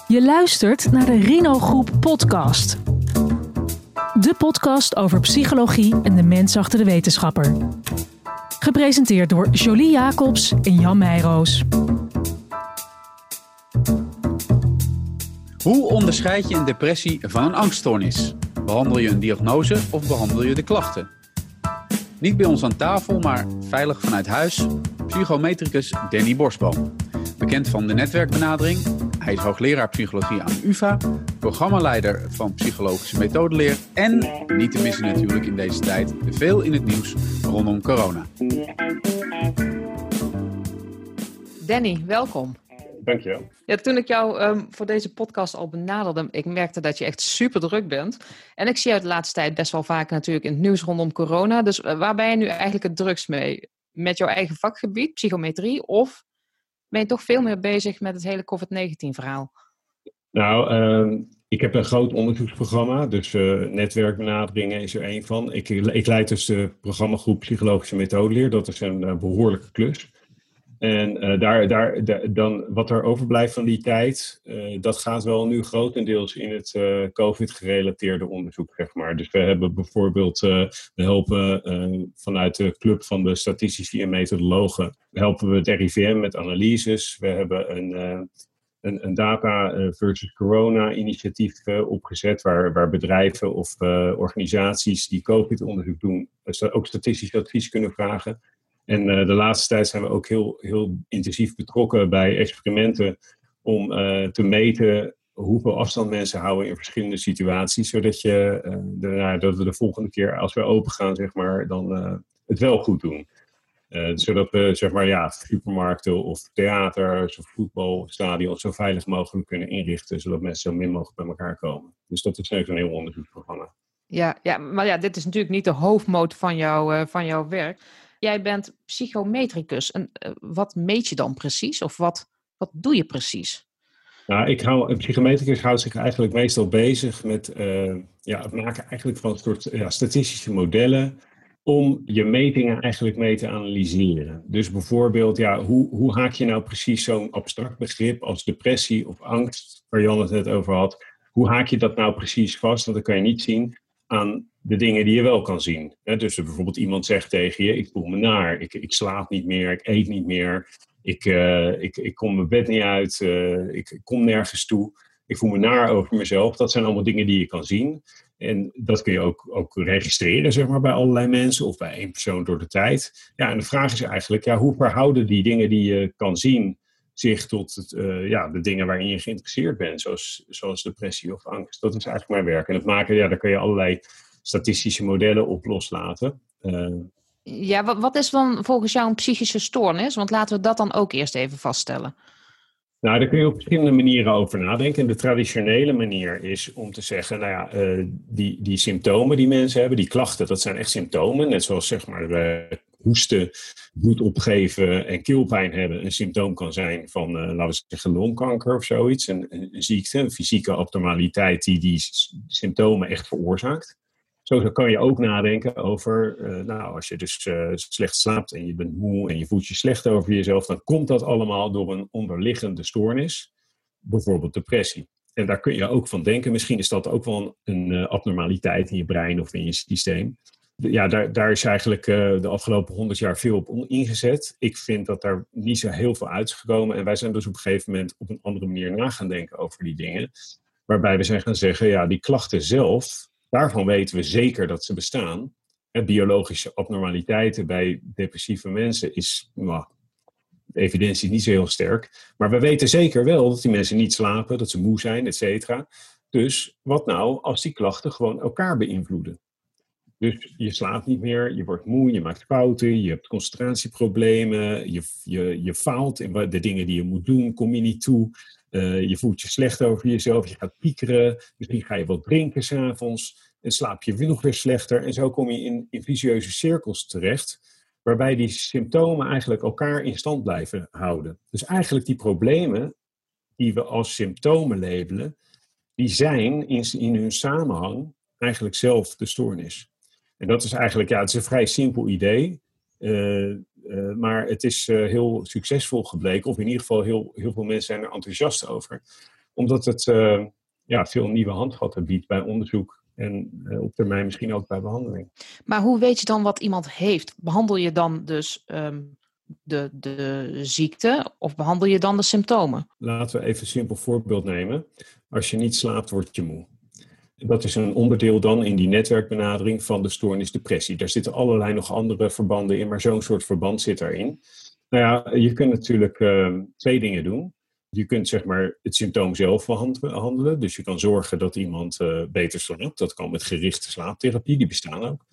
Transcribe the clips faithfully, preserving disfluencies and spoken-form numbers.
Je luistert naar de Rino Groep podcast. De podcast over psychologie en de mens achter de wetenschapper. Gepresenteerd door Jolie Jacobs en Jan Meijroos. Hoe onderscheid je een depressie van een angststoornis? Behandel je een diagnose of behandel je de klachten? Niet bij ons aan tafel, maar veilig vanuit huis, psychometricus Danny Borsboom. Bekend van de netwerkbenadering. Hij is hoogleraar psychologie aan de U vA, programmaleider van psychologische methodeleer en, niet te missen natuurlijk in deze tijd, veel in het nieuws rondom corona. Danny, welkom. Dankjewel. Ja, toen ik jou um, voor deze podcast al benaderde, ik merkte dat je echt super druk bent. En ik zie jou de laatste tijd best wel vaak natuurlijk in het nieuws rondom corona. Dus uh, waar ben je nu eigenlijk het drukst mee? Met jouw eigen vakgebied, psychometrie, of ben je toch veel meer bezig met het hele covid negentien verhaal? Nou, uh, ik heb een groot onderzoeksprogramma, dus uh, netwerkbenaderingen is er één van. Ik, ik leid dus de programmagroep Psychologische Methodeleer, dat is een uh, behoorlijke klus. En uh, daar, daar, daar, dan, wat er overblijft van die tijd, uh, dat gaat wel nu grotendeels in het uh, COVID-gerelateerde onderzoek, zeg maar. Dus we hebben bijvoorbeeld, uh, we helpen uh, vanuit de club van de statistici en methodologen, helpen we het R I V M met analyses. We hebben een, uh, een, een data versus corona initiatief uh, opgezet, waar, waar bedrijven of uh, organisaties die COVID-onderzoek doen, uh, ook statistisch advies kunnen vragen. En uh, de laatste tijd zijn we ook heel, heel intensief betrokken bij experimenten om uh, te meten hoeveel afstand mensen houden in verschillende situaties, zodat je, uh, de, nou, dat we de volgende keer als we open gaan, zeg maar, dan uh, het wel goed doen. Uh, zodat we, zeg maar, ja, supermarkten of theaters of voetbalstadions zo veilig mogelijk kunnen inrichten, zodat mensen zo min mogelijk bij elkaar komen. Dus dat is even een heel onderzoeksprogramma. Ja, ja, maar ja, dit is natuurlijk niet de hoofdmoot van, jou, uh, van jouw werk. Jij bent psychometricus. En uh, wat meet je dan precies? Of wat, wat doe je precies? Nou, ik hou, een psychometricus houdt zich eigenlijk meestal bezig met uh, ja, het maken eigenlijk van een soort ja, statistische modellen om je metingen eigenlijk mee te analyseren. Dus bijvoorbeeld, ja, hoe, hoe haak je nou precies zo'n abstract begrip als depressie of angst, waar Jan het net over had, hoe haak je dat nou precies vast? Want dat kan je niet zien aan de dingen die je wel kan zien. He, dus bijvoorbeeld iemand zegt tegen je, ik voel me naar, ik, ik slaap niet meer, ik eet niet meer, ik, uh, ik, ik kom mijn bed niet uit, uh, ik, ik kom nergens toe, ik voel me naar over mezelf. Dat zijn allemaal dingen die je kan zien. En dat kun je ook, ook registreren, zeg maar, bij allerlei mensen of bij één persoon door de tijd. Ja, en de vraag is eigenlijk, ja, hoe verhouden die dingen die je kan zien zich tot het, uh, ja, de dingen waarin je geïnteresseerd bent, zoals, zoals depressie of angst. Dat is eigenlijk mijn werk. En het maken, ja, daar kun je allerlei statistische modellen op loslaten. Uh, ja, wat, wat is dan volgens jou een psychische stoornis? Want laten we dat dan ook eerst even vaststellen. Nou, daar kun je op verschillende manieren over nadenken. En de traditionele manier is om te zeggen, nou ja, uh, die, die symptomen die mensen hebben, die klachten, dat zijn echt symptomen. Net zoals, zeg maar, uh, hoesten, bloed opgeven en keelpijn hebben een symptoom kan zijn van, uh, laten we zeggen, longkanker of zoiets. Een, een, een ziekte, een fysieke abnormaliteit die die symptomen echt veroorzaakt. Zo kan je ook nadenken over, uh, nou, als je dus uh, slecht slaapt en je bent moe en je voelt je slecht over jezelf, dan komt dat allemaal door een onderliggende stoornis, bijvoorbeeld depressie. En daar kun je ook van denken, misschien is dat ook wel een, een uh, abnormaliteit in je brein of in je systeem. Ja, daar, daar is eigenlijk uh, de afgelopen honderd jaar veel op ingezet. Ik vind dat daar niet zo heel veel uit is gekomen en wij zijn dus op een gegeven moment op een andere manier na gaan denken over die dingen. Waarbij we zijn gaan zeggen, ja, die klachten zelf, daarvan weten we zeker dat ze bestaan. En biologische abnormaliteiten bij depressieve mensen is, nou, de evidentie is niet zo heel sterk. Maar we weten zeker wel dat die mensen niet slapen, dat ze moe zijn, et cetera. Dus wat nou als die klachten gewoon elkaar beïnvloeden? Dus je slaapt niet meer, je wordt moe, je maakt fouten, je hebt concentratieproblemen, je, je, je faalt in de dingen die je moet doen, kom je niet toe. Uh, je voelt je slecht over jezelf, je gaat piekeren, misschien ga je wat drinken 's avonds en slaap je nog weer slechter. En zo kom je in, in vicieuze cirkels terecht, waarbij die symptomen eigenlijk elkaar in stand blijven houden. Dus eigenlijk die problemen die we als symptomen labelen, die zijn in, in hun samenhang eigenlijk zelf de stoornis. En dat is eigenlijk, ja, het is een vrij simpel idee. Uh, uh, maar het is uh, heel succesvol gebleken. Of in ieder geval heel, heel veel mensen zijn er enthousiast over. Omdat het uh, ja, veel nieuwe handvatten biedt bij onderzoek en uh, op termijn misschien ook bij behandeling. Maar hoe weet je dan wat iemand heeft? Behandel je dan dus um, de, de ziekte of behandel je dan de symptomen? Laten we even een simpel voorbeeld nemen. Als je niet slaapt, word je moe. Dat is een onderdeel dan in die netwerkbenadering van de stoornis depressie. Daar zitten allerlei nog andere verbanden in, maar zo'n soort verband zit daarin. Nou ja, je kunt natuurlijk uh, twee dingen doen. Je kunt zeg maar het symptoom zelf behandelen. Dus je kan zorgen dat iemand uh, beter slaapt. Dat kan met gerichte slaaptherapie, die bestaan ook.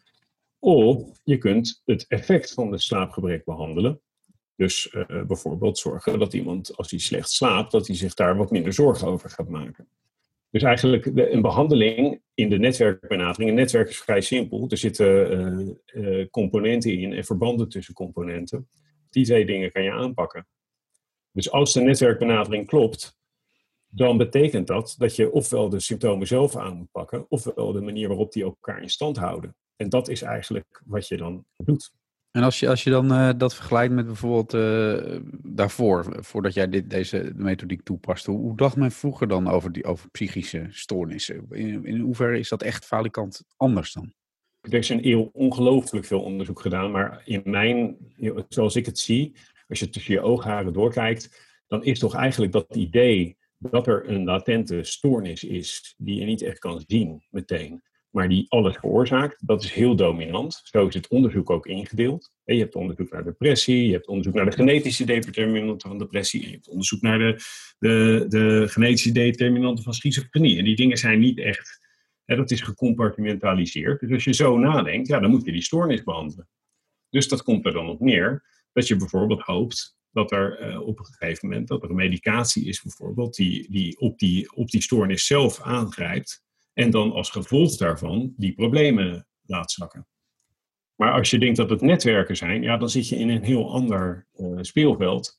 Of je kunt het effect van de slaapgebrek behandelen. Dus uh, bijvoorbeeld zorgen dat iemand, als hij slecht slaapt, dat hij zich daar wat minder zorgen over gaat maken. Dus eigenlijk de, een behandeling in de netwerkbenadering. Een netwerk is vrij simpel. Er zitten uh, uh, componenten in en verbanden tussen componenten. Die twee dingen kan je aanpakken. Dus als de netwerkbenadering klopt, dan betekent dat dat je ofwel de symptomen zelf aan moet pakken, ofwel de manier waarop die elkaar in stand houden. En dat is eigenlijk wat je dan doet. En als je, als je dan uh, dat vergelijkt met bijvoorbeeld uh, daarvoor, voordat jij dit, deze methodiek toepaste, hoe, hoe dacht men vroeger dan over, die, over psychische stoornissen? In, in hoeverre is dat echt falikant anders dan? Er is een eeuw ongelooflijk veel onderzoek gedaan, maar in mijn, zoals ik het zie, als je tussen je oogharen doorkijkt, dan is toch eigenlijk dat idee dat er een latente stoornis is die je niet echt kan zien meteen, maar die alles veroorzaakt, dat is heel dominant. Zo is het onderzoek ook ingedeeld. Je hebt onderzoek naar depressie, je hebt onderzoek naar de genetische determinanten van depressie, en je hebt onderzoek naar de, de, de genetische determinanten van schizofrenie. En die dingen zijn niet echt, hè, dat is gecompartimentaliseerd. Dus als je zo nadenkt, ja, dan moet je die stoornis behandelen. Dus dat komt er dan op neer dat je bijvoorbeeld hoopt dat er uh, op een gegeven moment dat er een medicatie is bijvoorbeeld die, die, op die op die stoornis zelf aangrijpt en dan als gevolg daarvan die problemen laat zakken. Maar als je denkt dat het netwerken zijn, ja, dan zit je in een heel ander uh, speelveld.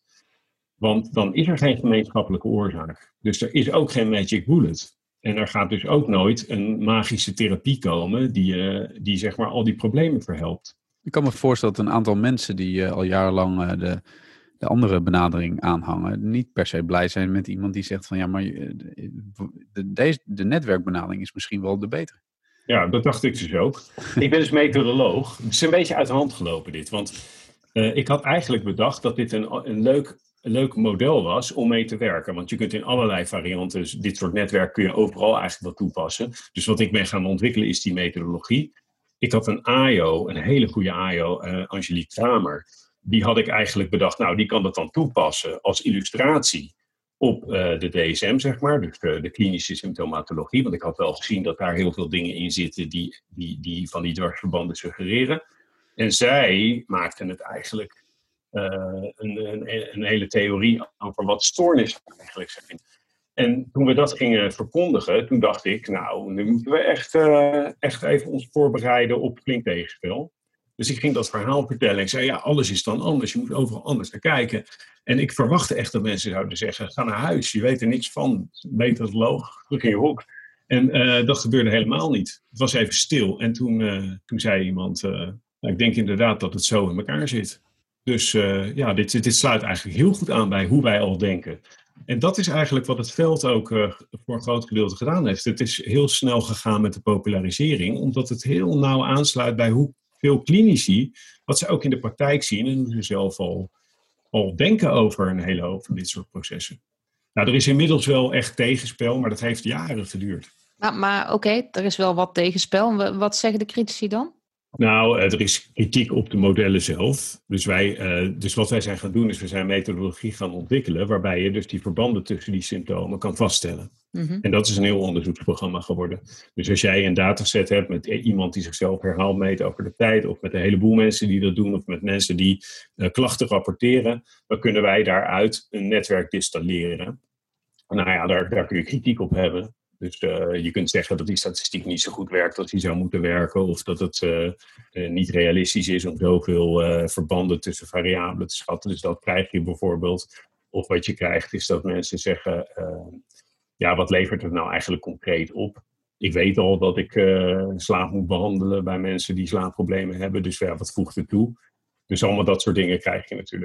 Want dan is er geen gemeenschappelijke oorzaak. Dus er is ook geen magic bullet. En er gaat dus ook nooit een magische therapie komen die, uh, die zeg maar al die problemen verhelpt. Ik kan me voorstellen dat een aantal mensen die uh, al jarenlang uh, de, de andere benadering aanhangen, niet per se blij zijn met iemand die zegt van ja, maar de, de, deze, de netwerkbenadering is misschien wel de betere. Ja, dat dacht ik dus ook. Ik ben dus methodoloog. Het is een beetje uit de hand gelopen dit. Want uh, ik had eigenlijk bedacht dat dit een, een, leuk, een leuk model was om mee te werken. Want je kunt in allerlei varianten, dus dit soort netwerk kun je overal eigenlijk wel toepassen. Dus wat ik ben gaan ontwikkelen is die methodologie. Ik had een A I O, een hele goede A I O, uh, Angelique Kramer. Die had ik eigenlijk bedacht, nou die kan dat dan toepassen als illustratie op uh, de D S M, zeg maar. Dus uh, de klinische symptomatologie. Want ik had wel gezien dat daar heel veel dingen in zitten die, die, die van die dwarsverbanden suggereren. En zij maakten het eigenlijk uh, een, een, een hele theorie over wat stoornissen eigenlijk zijn. En toen we dat gingen verkondigen, toen dacht ik, nou, nu moeten we echt, uh, echt even ons voorbereiden op flink tegenspel. Dus ik ging dat verhaal vertellen. Ik zei, ja, alles is dan anders. Je moet overal anders naar kijken. En ik verwachtte echt dat mensen zouden zeggen, ga naar huis. Je weet er niks van. Methodoloog, terug in je hoek. En uh, dat gebeurde helemaal niet. Het was even stil. En toen, uh, toen zei iemand, uh, nou, ik denk inderdaad dat het zo in elkaar zit. Dus uh, ja, dit, dit sluit eigenlijk heel goed aan bij hoe wij al denken. En dat is eigenlijk wat het veld ook uh, voor een groot gedeelte gedaan heeft. Het is heel snel gegaan met de popularisering, omdat het heel nauw aansluit bij hoe veel klinici, wat ze ook in de praktijk zien en hoe ze zelf al, al denken over een hele hoop van dit soort processen. Nou, er is inmiddels wel echt tegenspel, maar dat heeft jaren geduurd. Nou, maar oké, okay, er is wel wat tegenspel. Wat zeggen de critici dan? Nou, er is kritiek op de modellen zelf. Dus, wij, uh, dus wat wij zijn gaan doen is, we zijn methodologie gaan ontwikkelen, waarbij je dus die verbanden tussen die symptomen kan vaststellen. Mm-hmm. En dat is een heel onderzoeksprogramma geworden. Dus als jij een dataset hebt met iemand die zichzelf herhaald meet over de tijd, of met een heleboel mensen die dat doen, of met mensen die uh, klachten rapporteren, dan kunnen wij daaruit een netwerk distilleren. Nou ja, daar, daar kun je kritiek op hebben. Dus uh, je kunt zeggen dat die statistiek niet zo goed werkt als die zou moeten werken. Of dat het uh, uh, niet realistisch is om zoveel uh, verbanden tussen variabelen te schatten. Dus dat krijg je bijvoorbeeld. Of wat je krijgt is dat mensen zeggen, uh, ja, wat levert het nou eigenlijk concreet op? Ik weet al dat ik uh, slaap moet behandelen bij mensen die slaapproblemen hebben. Dus ja, wat voegt het toe? Dus allemaal dat soort dingen krijg je natuurlijk.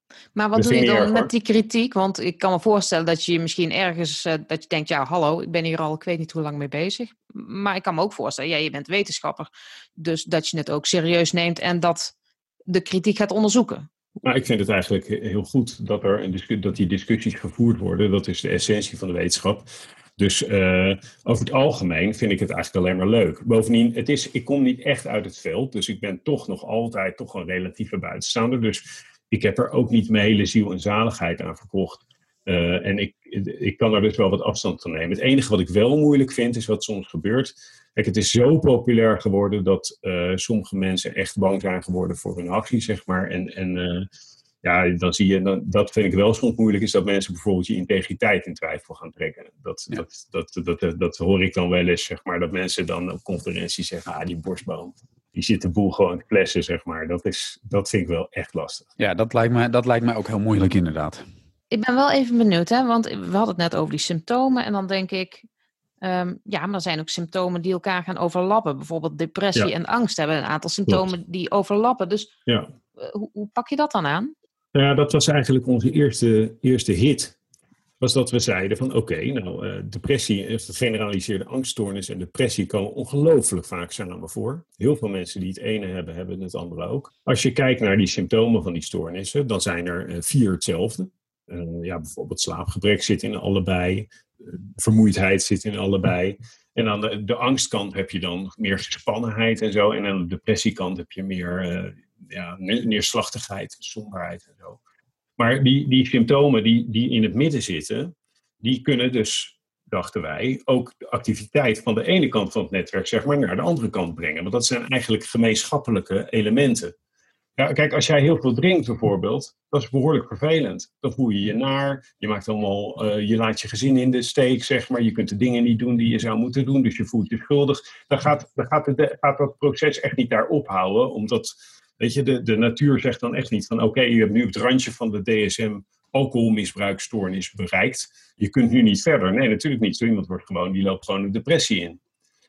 Maar wat Dus doe je niet dan erg, met hoor. die kritiek? Want ik kan me voorstellen dat je misschien ergens, uh, dat je denkt, ja hallo, ik ben hier al, ik weet niet hoe lang mee bezig. Maar ik kan me ook voorstellen, ja, je bent wetenschapper. Dus dat je het ook serieus neemt en dat de kritiek gaat onderzoeken. Nou, ik vind het eigenlijk heel goed dat, er een discu- dat die discussies gevoerd worden. Dat is de essentie van de wetenschap. Dus uh, over het algemeen vind ik het eigenlijk alleen maar leuk. Bovendien, het is, ik kom niet echt uit het veld. Dus ik ben toch nog altijd toch een relatieve buitenstaander. Dus ik heb er ook niet mijn hele ziel en zaligheid aan verkocht. Uh, en ik, ik kan er dus wel wat afstand van nemen. Het enige wat ik wel moeilijk vind, is wat soms gebeurt. Kijk, het is zo populair geworden dat uh, sommige mensen echt bang zijn geworden voor hun actie, zeg maar. En, en uh, ja, dan zie je, dan, dat vind ik wel soms moeilijk, is dat mensen bijvoorbeeld je integriteit in twijfel gaan trekken. Dat, Ja. dat, dat, dat, dat, dat hoor ik dan wel eens, zeg maar, dat mensen dan op conferenties zeggen, ah, die Bosboom, die zit de boel gewoon te plessen, zeg maar. Dat, is, dat vind ik wel echt lastig. Ja, dat lijkt mij, dat lijkt mij ook heel moeilijk inderdaad. Ik ben wel even benieuwd, hè, want we hadden het net over die symptomen en dan denk ik, um, ja, maar er zijn ook symptomen die elkaar gaan overlappen. Bijvoorbeeld depressie Ja. en angst hebben een aantal symptomen Klopt. die overlappen. Dus Ja. uh, hoe, hoe pak je dat dan aan? Nou ja, dat was eigenlijk onze eerste, eerste hit. Was dat we zeiden van oké, okay, nou uh, depressie, of generaliseerde angststoornis en depressie komen ongelooflijk vaak samen voor. Heel veel mensen die het ene hebben, hebben het andere ook. Als je kijkt naar die symptomen van die stoornissen, dan zijn er uh, vier hetzelfde. Uh, ja, bijvoorbeeld slaapgebrek zit in allebei, uh, vermoeidheid zit in allebei. En aan de, de angstkant heb je dan meer gespannenheid en zo. En aan de depressiekant heb je meer uh, ja, neerslachtigheid, somberheid en zo. Maar die, die symptomen die, die in het midden zitten, die kunnen dus, dachten wij, ook de activiteit van de ene kant van het netwerk, zeg maar, naar de andere kant brengen. Want dat zijn eigenlijk gemeenschappelijke elementen. Ja, kijk, als jij heel veel drinkt bijvoorbeeld, dat is behoorlijk vervelend. Dan voel je je naar, je maakt allemaal, uh, je laat je gezin in de steek, zeg maar. Je kunt de dingen niet doen die je zou moeten doen, dus je voelt je schuldig. Dan gaat, dan gaat, de, gaat dat proces echt niet daar ophouden, omdat... Weet je, de, de natuur zegt dan echt niet van oké, okay, je hebt nu het randje van de D S M alcoholmisbruikstoornis bereikt. Je kunt nu niet verder. Nee, natuurlijk niet. Zo iemand wordt gewoon, die loopt gewoon een depressie in.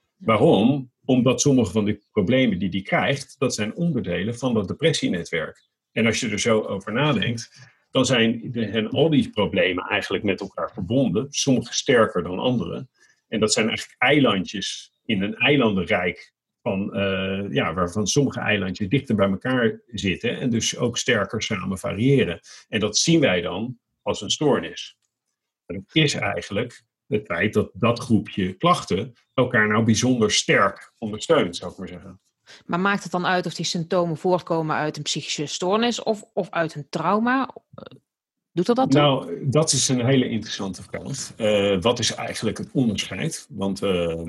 Waarom? Omdat sommige van de problemen die die krijgt, dat zijn onderdelen van dat depressienetwerk. En als je er zo over nadenkt, dan zijn en al die problemen eigenlijk met elkaar verbonden. Sommige sterker dan andere. En dat zijn eigenlijk eilandjes in een eilandenrijk. Van, uh, ja, waarvan sommige eilandjes dichter bij elkaar zitten en dus ook sterker samen variëren. En dat zien wij dan als een stoornis. Dat is eigenlijk het feit dat dat groepje klachten elkaar nou bijzonder sterk ondersteunt, zou ik maar zeggen. Maar maakt het dan uit of die symptomen voortkomen uit een psychische stoornis of, of uit een trauma? Doet er dat toe? Nou, dat is een hele interessante vraag. Uh, wat is eigenlijk het onderscheid? Want... Uh,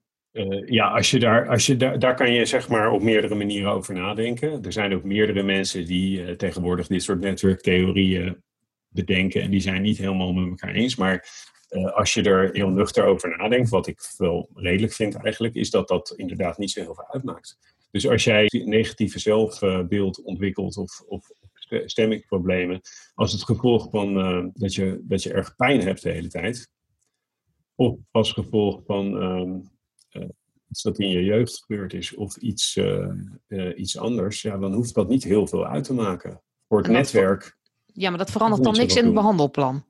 Uh, ja, als je daar, als je daar, daar kan je zeg maar op meerdere manieren over nadenken. Er zijn ook meerdere mensen die uh, tegenwoordig dit soort netwerktheorieën bedenken en die zijn niet helemaal met elkaar eens. Maar uh, als je er heel nuchter over nadenkt, wat ik wel redelijk vind eigenlijk, is dat dat inderdaad niet zo heel veel uitmaakt. Dus als jij negatieve zelfbeeld ontwikkelt of, of stemmingsproblemen, als het gevolg van uh, dat, je, dat je erg pijn hebt de hele tijd, of als gevolg van... Uh, Uh, iets dat in je jeugd gebeurd is of iets, uh, uh, iets anders, ja, dan hoeft dat niet heel veel uit te maken. Voor het netwerk... Ver... Ja, maar dat verandert dan niks in het behandelplan?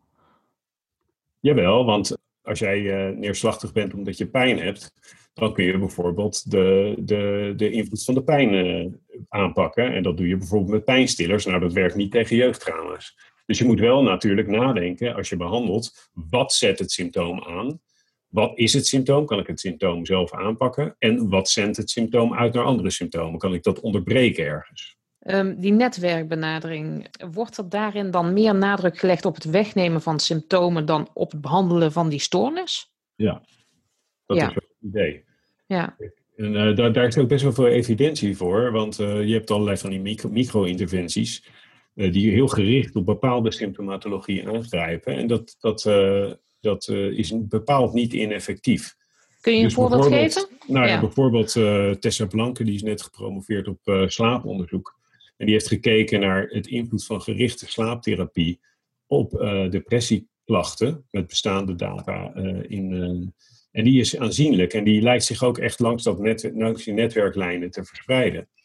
Jawel, want als jij uh, neerslachtig bent omdat je pijn hebt, dan kun je bijvoorbeeld de, de, de invloed van de pijn uh, aanpakken. En dat doe je bijvoorbeeld met pijnstillers. Nou, dat werkt niet tegen jeugdtrauma's. Dus je moet wel natuurlijk nadenken, als je behandelt, wat zet het symptoom aan? Wat is het symptoom? Kan ik het symptoom zelf aanpakken? En wat zendt het symptoom uit naar andere symptomen? Kan ik dat onderbreken ergens? Um, die netwerkbenadering, wordt er daarin dan meer nadruk gelegd op het wegnemen van symptomen dan op het behandelen van die stoornis? Ja, dat ja. is wel het idee. Ja. En uh, daar, daar is ook best wel veel evidentie voor, want uh, je hebt allerlei van die micro, micro-interventies uh, die heel gericht op bepaalde symptomatologie aangrijpen. En dat... dat uh, Dat uh, is bepaald niet ineffectief. Kun je een dus voorbeeld geven? Nou ja, ja. bijvoorbeeld uh, Tessa Blanke, die is net gepromoveerd op uh, slaaponderzoek. En die heeft gekeken naar het invloed van gerichte slaaptherapie op uh, depressieklachten met bestaande data. Uh, in, uh, en die is aanzienlijk en die lijkt zich ook echt langs, dat net, langs die netwerklijnen te verspreiden.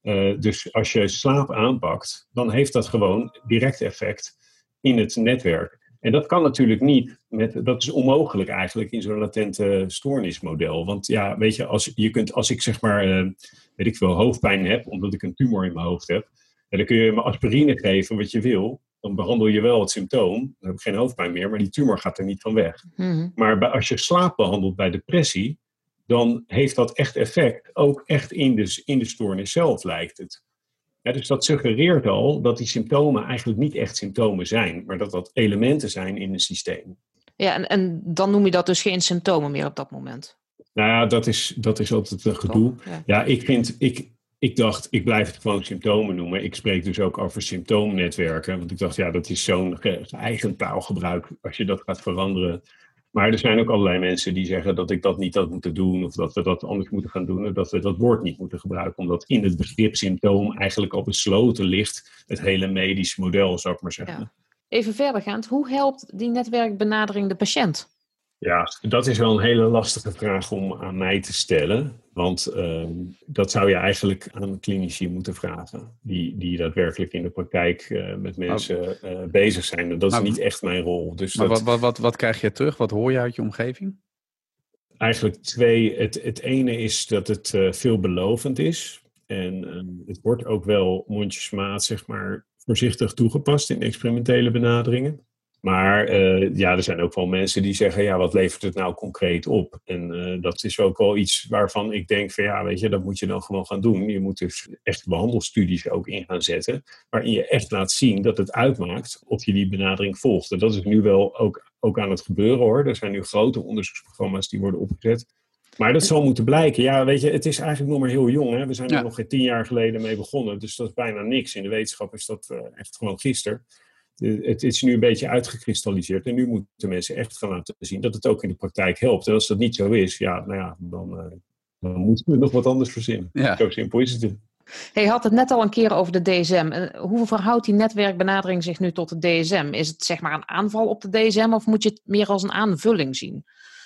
Uh, dus als je slaap aanpakt, dan heeft dat gewoon direct effect in het netwerk. En dat kan natuurlijk niet, met, dat is onmogelijk eigenlijk in zo'n latente stoornismodel. Want ja, weet je, als, je kunt, als ik zeg maar, uh, weet ik veel, hoofdpijn heb, omdat ik een tumor in mijn hoofd heb, en dan kun je me aspirine geven wat je wil, dan behandel je wel het symptoom, dan heb ik geen hoofdpijn meer, maar die tumor gaat er niet van weg. Mm-hmm. Maar bij, als je slaap behandelt bij depressie, dan heeft dat echt effect, ook echt in de, in de stoornis zelf lijkt het. Ja, dus dat suggereert al dat die symptomen eigenlijk niet echt symptomen zijn, maar dat dat elementen zijn in een systeem. Ja, en, en dan noem je dat dus geen symptomen meer op dat moment? Nou ja, dat is, dat is altijd een gedoe. Ja. ja, ik vind, ik, ik dacht, ik blijf het gewoon symptomen noemen. Ik spreek dus ook over symptoomnetwerken, want ik dacht, ja, dat is zo'n eigen taalgebruik als je dat gaat veranderen. Maar er zijn ook allerlei mensen die zeggen dat ik dat niet had moeten doen, of dat we dat anders moeten gaan doen, en dat we dat woord niet moeten gebruiken, omdat in het begrip symptoom eigenlijk al besloten ligt het hele medische model, zou ik maar zeggen. Ja. Even verdergaand, hoe helpt die netwerkbenadering de patiënt? Ja, dat is wel een hele lastige vraag om aan mij te stellen. Want uh, dat zou je eigenlijk aan klinici moeten vragen. Die, die daadwerkelijk in de praktijk uh, met mensen uh, bezig zijn. En dat is maar, niet echt mijn rol. Dus maar dat, wat, wat, wat, wat krijg je terug? Wat hoor je uit je omgeving? Eigenlijk twee. Het, het ene is dat het uh, veelbelovend is. En uh, het wordt ook wel mondjesmaat, zeg maar, voorzichtig toegepast in experimentele benaderingen. Maar uh, ja, er zijn ook wel mensen die zeggen, ja, wat levert het nou concreet op? En uh, dat is ook wel iets waarvan ik denk van, ja, weet je, dat moet je dan gewoon gaan doen. Je moet dus echt behandelstudies ook in gaan zetten, waarin je echt laat zien dat het uitmaakt of je die benadering volgt. En dat is nu wel ook, ook aan het gebeuren, hoor. Er zijn nu grote onderzoeksprogramma's die worden opgezet. Maar dat zal moeten blijken. Ja, weet je, het is eigenlijk nog maar heel jong, hè. We zijn ja. er nog geen tien jaar geleden mee begonnen, dus dat is bijna niks. In de wetenschap is dat uh, echt gewoon gisteren. Het is nu een beetje uitgekristalliseerd en nu moeten mensen echt gaan laten zien dat het ook in de praktijk helpt. En als dat niet zo is, ja, nou ja, dan, uh, dan moeten we nog wat anders verzinnen. Ja. Zo simpel is het. Hey, je had het net al een keer over de D S M. Hoe verhoudt die netwerkbenadering zich nu tot de D S M? Is het zeg maar een aanval op de D S M of moet je het meer als een aanvulling zien?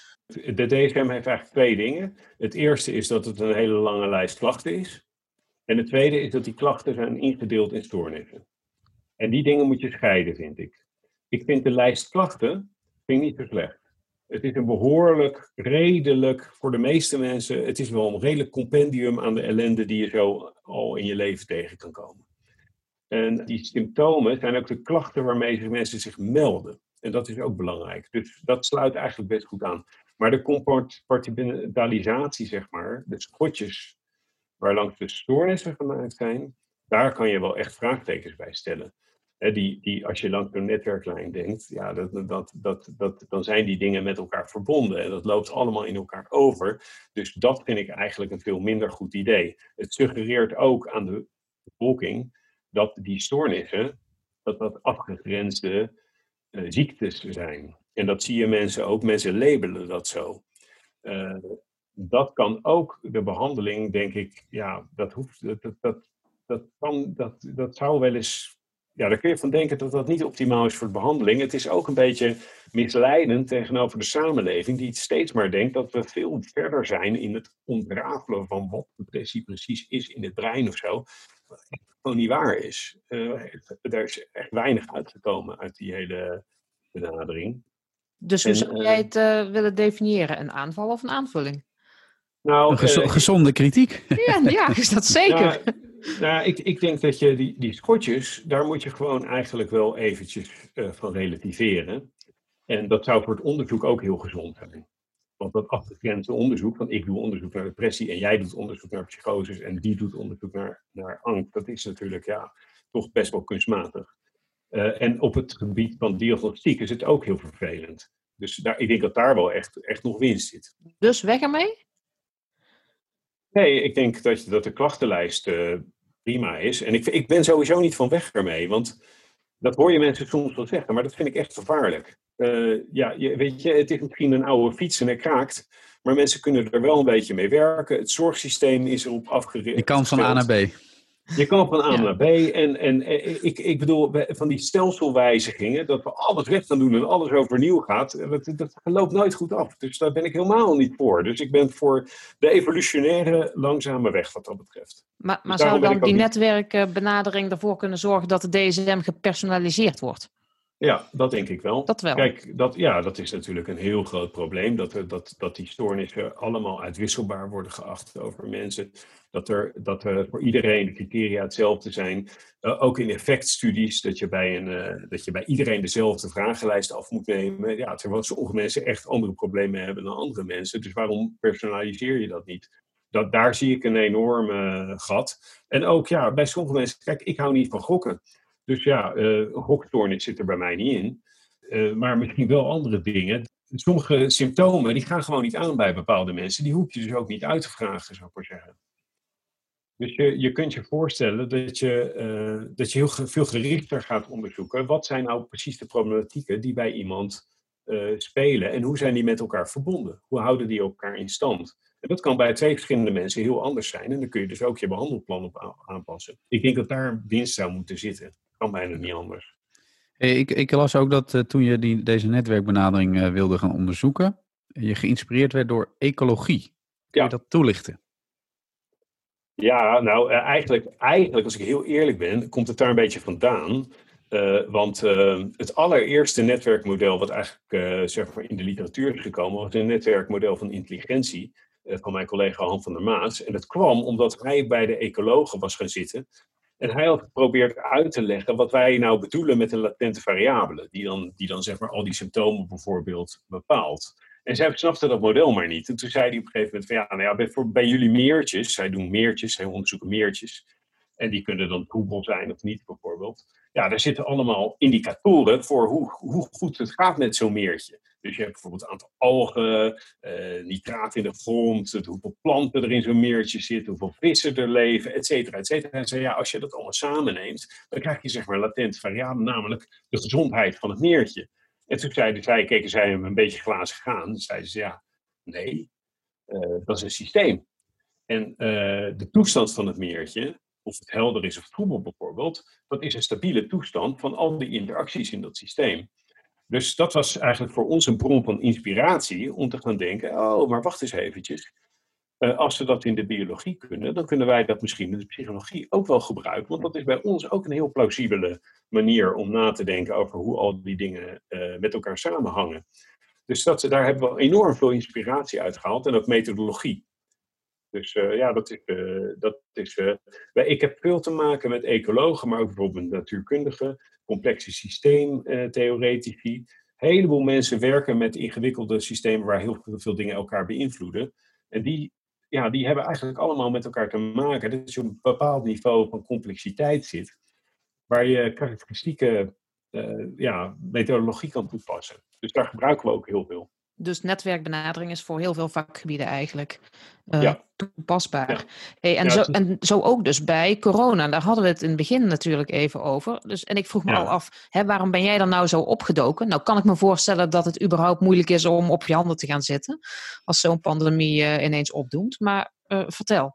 De D S M heeft eigenlijk twee dingen. Het eerste is dat het een hele lange lijst klachten is. En het tweede is dat die klachten zijn ingedeeld in stoornissen. En die dingen moet je scheiden, vind ik. Ik vind de lijst klachten vind ik niet zo slecht. Het is een behoorlijk, redelijk, voor de meeste mensen, het is wel een redelijk compendium aan de ellende die je zo al in je leven tegen kan komen. En die symptomen zijn ook de klachten waarmee mensen zich melden. En dat is ook belangrijk. Dus dat sluit eigenlijk best goed aan. Maar de compartimentalisatie, zeg maar, de schotjes waarlangs de stoornissen gemaakt zijn, daar kan je wel echt vraagtekens bij stellen. He, die, die, als je langs zo'n netwerklijn denkt, ja, dat, dat, dat, dat, dan zijn die dingen met elkaar verbonden. En dat loopt allemaal in elkaar over. Dus dat vind ik eigenlijk een veel minder goed idee. Het suggereert ook aan de bevolking dat die stoornissen, dat dat afgegrensde uh, ziektes zijn. En dat zie je mensen ook, mensen labelen dat zo. Uh, dat kan ook de behandeling, denk ik, ja, dat hoeft, dat, dat, dat, dat, kan, dat, dat zou wel eens, ja, daar kun je van denken dat dat niet optimaal is voor de behandeling. Het is ook een beetje misleidend tegenover de samenleving, die steeds maar denkt dat we veel verder zijn in het ontrafelen van wat depressie precies is in het brein of zo. Wat gewoon niet waar is. Uh, er is echt weinig uitgekomen uit die hele benadering. Dus hoe en, zou jij het uh, willen definiëren? Een aanval of een aanvulling? Nou, een gezo- uh, gezonde kritiek. Ja, ja, is dat zeker. Nou, nou, ik, ik denk dat je die, die schotjes, daar moet je gewoon eigenlijk wel eventjes uh, van relativeren. En dat zou voor het onderzoek ook heel gezond zijn. Want dat afgegrensde onderzoek, want ik doe onderzoek naar depressie en jij doet onderzoek naar psychoses en die doet onderzoek naar, naar angst, dat is natuurlijk ja, toch best wel kunstmatig. Uh, en op het gebied van diagnostiek is het ook heel vervelend. Dus daar, ik denk dat daar wel echt, echt nog winst zit. Dus weg ermee? Nee, ik denk dat, dat de klachtenlijst uh, prima is. En ik, ik ben sowieso niet van weg ermee. Want dat hoor je mensen soms wel zeggen, maar dat vind ik echt gevaarlijk. Uh, ja, je, weet je, het is misschien een oude fiets en hij kraakt. Maar mensen kunnen er wel een beetje mee werken. Het zorgsysteem is erop afgericht. Je kan van A naar B. Je kan van A Ja. naar B. En, en ik, ik bedoel, van die stelselwijzigingen, dat we alles weg gaan doen en alles overnieuw gaat, dat, dat loopt nooit goed af. Dus daar ben ik helemaal niet voor. Dus ik ben voor de evolutionaire langzame weg wat dat betreft. Maar, maar Dus zou ben dan ik ook die niet... netwerkbenadering ervoor kunnen zorgen dat de D S M gepersonaliseerd wordt? Ja, dat denk ik wel. Dat wel. Kijk, dat, ja, dat is natuurlijk een heel groot probleem. Dat, er, dat, dat die stoornissen allemaal uitwisselbaar worden geacht over mensen. Dat er, dat er voor iedereen de criteria hetzelfde zijn. Uh, ook in effectstudies, dat je, bij een, uh, dat je bij iedereen dezelfde vragenlijst af moet nemen. Ja, terwijl sommige mensen echt andere problemen hebben dan andere mensen. Dus waarom personaliseer je dat niet? Dat, daar zie ik een enorme gat. En ook ja, bij sommige mensen, kijk, ik hou niet van gokken. Dus ja, uh, gokstoornis zit er bij mij niet in. Uh, maar misschien wel andere dingen. Sommige symptomen die gaan gewoon niet aan bij bepaalde mensen. Die hoef je dus ook niet uit te vragen, zou ik maar zeggen. Dus je, je kunt je voorstellen dat je, uh, dat je heel veel gerichter gaat onderzoeken. Wat zijn nou precies de problematieken die bij iemand uh, spelen? En hoe zijn die met elkaar verbonden? Hoe houden die elkaar in stand? En dat kan bij twee verschillende mensen heel anders zijn. En dan kun je dus ook je behandelplan op aanpassen. Ik denk dat daar winst zou moeten zitten. Kan bijna niet anders. Hey, ik, ik las ook dat uh, toen je die, deze netwerkbenadering uh, wilde gaan onderzoeken, je geïnspireerd werd door ecologie. Kun Ja. je dat toelichten? Ja, nou uh, eigenlijk, eigenlijk, als ik heel eerlijk ben, komt het daar een beetje vandaan. Uh, want uh, het allereerste netwerkmodel wat eigenlijk uh, zeg maar in de literatuur is gekomen, was een netwerkmodel van intelligentie uh, van mijn collega Han van der Maas. En dat kwam omdat hij bij de ecologen was gaan zitten. En hij had geprobeerd uit te leggen wat wij nou bedoelen met een latente variabele, die dan, die dan zeg maar al die symptomen bijvoorbeeld bepaalt. En zij snapte dat model maar niet. En toen zei hij op een gegeven moment van ja, nou ja, bij, voor, bij jullie meertjes, zij doen meertjes, zij onderzoeken meertjes. En die kunnen dan troebel zijn of niet bijvoorbeeld. Ja, daar zitten allemaal indicatoren voor hoe, hoe goed het gaat met zo'n meertje. Dus je hebt bijvoorbeeld een aantal algen, uh, nitraat in de grond, het, hoeveel planten er in zo'n meertje zitten, hoeveel vissen er leven, et cetera, et cetera. En zei, ja, als je dat allemaal samenneemt, dan krijg je zeg maar latent variabele, namelijk de gezondheid van het meertje. En toen zeiden zij, keken zij hem een beetje glazig aan. Dan zeiden ze, ja, nee, uh, dat is een systeem. En uh, de toestand van het meertje, of het helder is of troebel bijvoorbeeld, dat is een stabiele toestand van al die interacties in dat systeem. Dus dat was eigenlijk voor ons een bron van inspiratie om te gaan denken, oh, maar wacht eens eventjes. Uh, als we dat in de biologie kunnen, dan kunnen wij dat misschien in de psychologie ook wel gebruiken. Want dat is bij ons ook een heel plausibele manier om na te denken over hoe al die dingen uh, met elkaar samenhangen. Dus dat, daar hebben we enorm veel inspiratie uit gehaald en ook methodologie. Dus uh, ja, dat is... Uh, dat is uh, ik heb veel te maken met ecologen, maar ook bijvoorbeeld natuurkundigen, complexe systeemtheoretici. Een heleboel mensen werken met ingewikkelde systemen waar heel veel, veel dingen elkaar beïnvloeden. En die, ja, die hebben eigenlijk allemaal met elkaar te maken. Dat je op een bepaald niveau van complexiteit zit, waar je karakteristieke uh, ja, methodologie kan toepassen. Dus daar gebruiken we ook heel veel. Dus netwerkbenadering is voor heel veel vakgebieden eigenlijk uh, ja. toepasbaar. Ja. Hey, en, ja, zo, is... en zo ook dus bij corona. Daar hadden we het in het begin natuurlijk even over. Dus, en ik vroeg me ja. al af, hè, waarom ben jij dan nou zo opgedoken? Nou kan ik me voorstellen dat het überhaupt moeilijk is om op je handen te gaan zitten. Als zo'n pandemie uh, ineens opdoemt. Maar uh, vertel.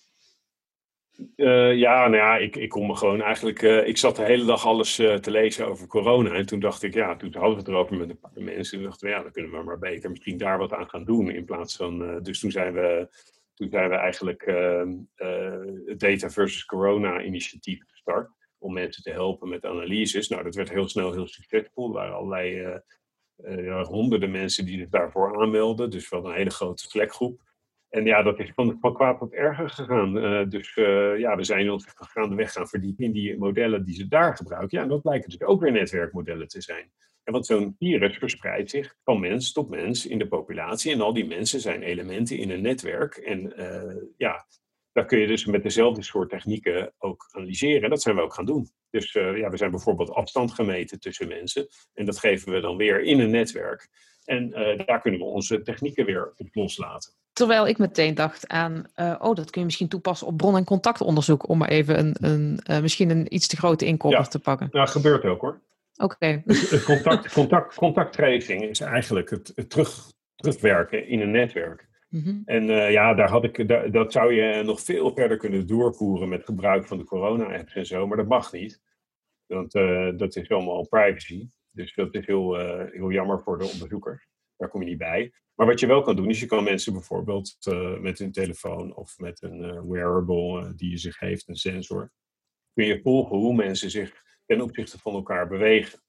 Uh, ja, nou ja, ik, ik kon me gewoon eigenlijk... Uh, ik zat de hele dag alles uh, te lezen over corona. En toen dacht ik, ja, toen hadden we het erover met een paar mensen. Toen dachten we, ja, dan kunnen we maar beter misschien daar wat aan gaan doen. In plaats van... Uh, dus toen zijn we, toen zijn we eigenlijk uh, uh, het Data versus Corona initiatief gestart. Om mensen te helpen met analyses. Nou, dat werd heel snel heel succesvol. Er waren allerlei uh, uh, honderden mensen die zich daarvoor aanmelden. Dus wel een hele grote Slack-groep. En ja, dat is van, van kwaad tot erger gegaan. Uh, dus uh, ja, we zijn ons gaandeweg gaan verdiepen in die modellen die ze daar gebruiken. Ja, en dat blijken dus ook weer netwerkmodellen te zijn. En want zo'n virus verspreidt zich van mens tot mens in de populatie. En al die mensen zijn elementen in een netwerk. En uh, ja, daar kun je dus met dezelfde soort technieken ook analyseren. En dat zijn we ook gaan doen. Dus uh, ja, we zijn bijvoorbeeld afstand gemeten tussen mensen. En dat geven we dan weer in een netwerk. En uh, daar kunnen we onze technieken weer op loslaten. Terwijl ik meteen dacht aan, uh, oh, dat kun je misschien toepassen op bron- en contactonderzoek. Om maar even een, een, uh, misschien een iets te grote inkopper ja, te pakken. Nou, gebeurt ook hoor. Oké. Okay. Het contact, contact, contacttracing is eigenlijk het, het terug, terugwerken in een netwerk. Mm-hmm. En uh, ja, daar had ik, daar, dat zou je nog veel verder kunnen doorvoeren met gebruik van de corona-apps en zo, maar dat mag niet. Want uh, dat is allemaal privacy. Dus dat is heel, uh, heel jammer voor de onderzoekers. Daar kom je niet bij. Maar wat je wel kan doen, is je kan mensen bijvoorbeeld uh, met hun telefoon of met een uh, wearable uh, die je zich heeft, een sensor, kun je volgen hoe mensen zich ten opzichte van elkaar bewegen.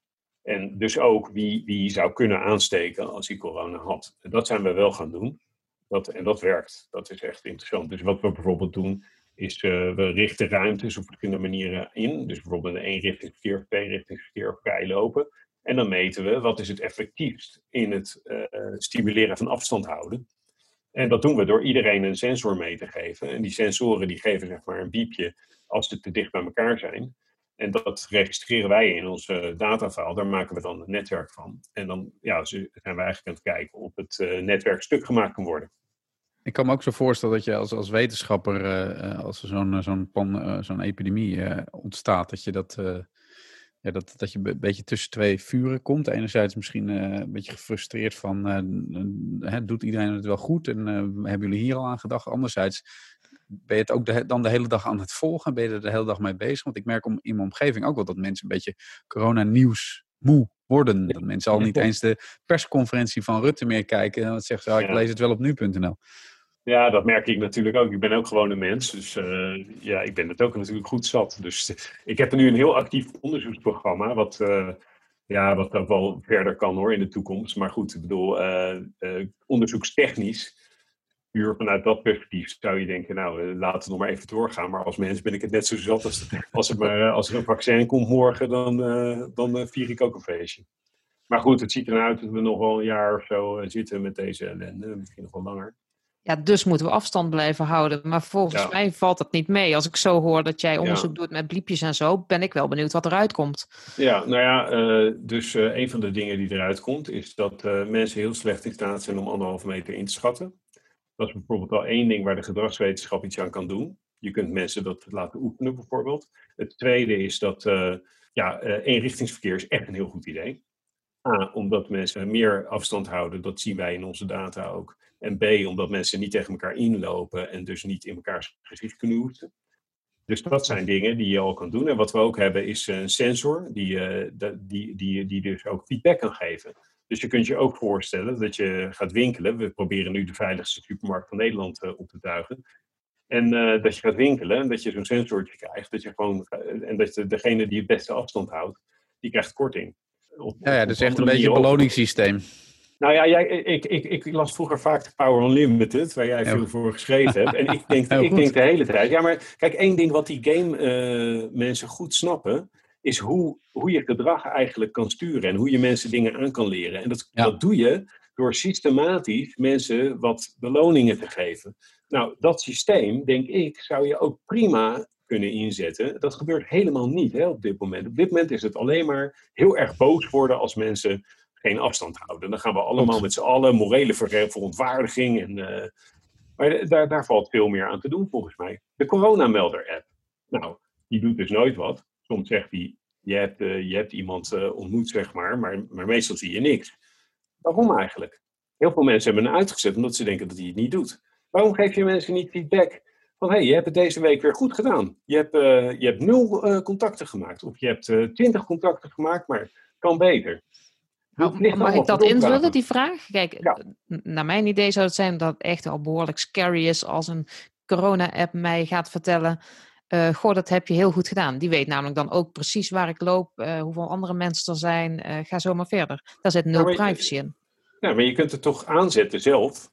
En dus ook wie, wie zou kunnen aansteken als hij corona had. En dat zijn we wel gaan doen. Dat, en dat werkt. Dat is echt interessant. Dus wat we bijvoorbeeld doen, is uh, we richten ruimtes op verschillende manieren in. Dus bijvoorbeeld een eenrichtingsverkeer of tweerichtingsverkeer of vrij lopen. En dan meten we wat is het effectiefst in het uh, stimuleren van afstand houden. En dat doen we door iedereen een sensor mee te geven. En die sensoren die geven zeg maar een biepje als ze te dicht bij elkaar zijn. En dat registreren wij in onze datafile. Daar maken we dan een netwerk van. En dan ja, zijn we eigenlijk aan het kijken of het uh, netwerk stuk gemaakt kan worden. Ik kan me ook zo voorstellen dat je als, als wetenschapper, uh, als er zo'n, zo'n, pan, uh, zo'n epidemie uh, ontstaat, dat je, dat, uh, ja, dat, dat je een beetje tussen twee vuren komt. Enerzijds misschien uh, een beetje gefrustreerd van, uh, uh, doet iedereen het wel goed en uh, hebben jullie hier al aan gedacht? Anderzijds ben je het ook de, dan de hele dag aan het volgen? Ben je er de hele dag mee bezig? Want ik merk om, in mijn omgeving ook wel dat mensen een beetje corona-nieuws moe worden. Dat mensen al niet eens de persconferentie van Rutte meer kijken. En dan zeggen ze, oh, ik lees het wel op nu punt n l. Ja, dat merk ik natuurlijk ook. Ik ben ook gewoon een mens. Dus uh, ja, ik ben het ook natuurlijk goed zat. Dus uh, ik heb nu een heel actief onderzoeksprogramma. Wat, uh, ja, wat ook wel verder kan hoor in de toekomst. Maar goed, ik bedoel, uh, uh, onderzoekstechnisch. Puur vanuit dat perspectief zou je denken, nou, uh, laten we nog maar even doorgaan. Maar als mens ben ik het net zo zat. Als, als, er, maar, als er een vaccin komt morgen, dan, uh, dan uh, vier ik ook een feestje. Maar goed, het ziet eruit dat we nog wel een jaar of zo uh, zitten met deze ellende. Misschien nog wel langer. Ja, dus moeten we afstand blijven houden. Maar volgens ja. mij valt dat niet mee. Als ik zo hoor dat jij onderzoek ja. doet met bliepjes en zo, ben ik wel benieuwd wat eruit komt. Ja, nou ja, uh, dus uh, een van de dingen die eruit komt, is dat uh, mensen heel slecht in staat zijn om anderhalve meter in te schatten. Dat is bijvoorbeeld wel één ding waar de gedragswetenschap iets aan kan doen. Je kunt mensen dat laten oefenen bijvoorbeeld. Het tweede is dat uh, ja, uh, eenrichtingsverkeer is echt een heel goed idee. A, omdat mensen meer afstand houden, dat zien wij in onze data ook. En B, omdat mensen niet tegen elkaar inlopen en dus niet in elkaars gezicht kunnen hoesten. Dus dat zijn dingen die je al kan doen. En wat we ook hebben is een sensor die, uh, die, die, die dus ook feedback kan geven. Dus je kunt je ook voorstellen dat je gaat winkelen. We proberen nu de veiligste supermarkt van Nederland uh, op te tuigen. En uh, dat je gaat winkelen en dat je zo'n sensortje krijgt. Dat je gewoon, uh, en dat de, degene die het beste afstand houdt, die krijgt korting. Op, ja, ja, dus echt een beetje een beloningssysteem. Nou ja, jij, ik, ik, ik las vroeger vaak de Power Unlimited, waar jij veel ja. voor geschreven hebt. En ik denk, ik denk de hele tijd, ja maar kijk, één ding wat die game uh, mensen goed snappen, is hoe, hoe je gedrag eigenlijk kan sturen en hoe je mensen dingen aan kan leren. En dat, ja. dat doe je door systematisch mensen wat beloningen te geven. Nou, dat systeem, denk ik, zou je ook prima kunnen inzetten. Dat gebeurt helemaal niet hè, op dit moment. Op dit moment is het alleen maar heel erg boos worden als mensen geen afstand houden. Dan gaan we allemaal met z'n allen morele verontwaardiging. En, uh, maar daar, daar valt veel meer aan te doen volgens mij. De coronamelder-app. Nou, die doet dus nooit wat. Soms zegt hij, je hebt, uh, je hebt iemand uh, ontmoet, zeg maar, maar, maar meestal zie je niks. Waarom eigenlijk? Heel veel mensen hebben hem uitgezet omdat ze denken dat hij het niet doet. Waarom geef je mensen niet feedback? Van, hé, hey, je hebt het deze week weer goed gedaan. Je hebt, uh, je hebt nul uh, contacten gemaakt. Of je hebt uh, twintig contacten gemaakt, maar het kan beter. Nou, mag ik dat invullen, die vraag? Kijk, ja. naar mijn idee zou het zijn dat het echt al behoorlijk scary is als een corona-app mij gaat vertellen, uh, goh, dat heb je heel goed gedaan. Die weet namelijk dan ook precies waar ik loop, uh, hoeveel andere mensen er zijn. Uh, ga zo maar verder. Daar zit nul ja, privacy je, in. Ja, maar je kunt het toch aanzetten zelf.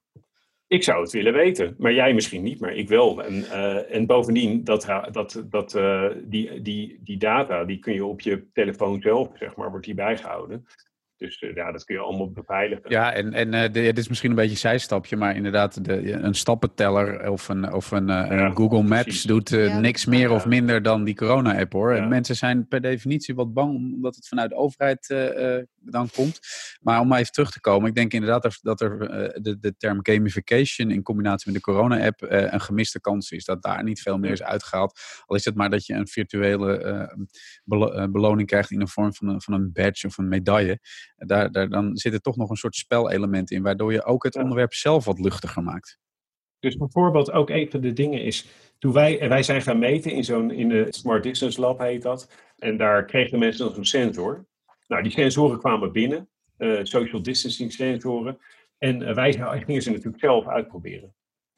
Ik zou het willen weten, maar jij misschien niet, maar ik wel. En, uh, en bovendien, dat, dat, dat, uh, die, die, die data, die kun je op je telefoon zelf, zeg maar, wordt die bijgehouden. Dus uh, ja, dat kun je allemaal beveiligen. Ja, en, en uh, de, dit is misschien een beetje een zijstapje, maar inderdaad, de, een stappenteller of een, of een, uh, ja, een Google Maps precies. doet uh, ja, niks meer ja. of minder dan die corona-app, hoor. Ja. En mensen zijn per definitie wat bang, omdat het vanuit de overheid uh, uh, dan komt. Maar om maar even terug te komen, ik denk inderdaad dat, dat er uh, de, de term gamification in combinatie met de corona-app uh, een gemiste kans is. Dat daar niet veel meer is uitgehaald. Al is het maar dat je een virtuele uh, belo- uh, beloning krijgt in de vorm van een, van een badge of een medaille. Daar, daar, dan zit er toch nog een soort spelelement in, waardoor je ook het onderwerp zelf wat luchtiger maakt. Dus bijvoorbeeld ook een van de dingen is, toen wij, wij zijn gaan meten in zo'n, in de Smart Distance Lab heet dat, en daar kregen mensen nog een sensor. Nou, die sensoren kwamen binnen, uh, social distancing sensoren, en uh, wij gingen ze natuurlijk zelf uitproberen.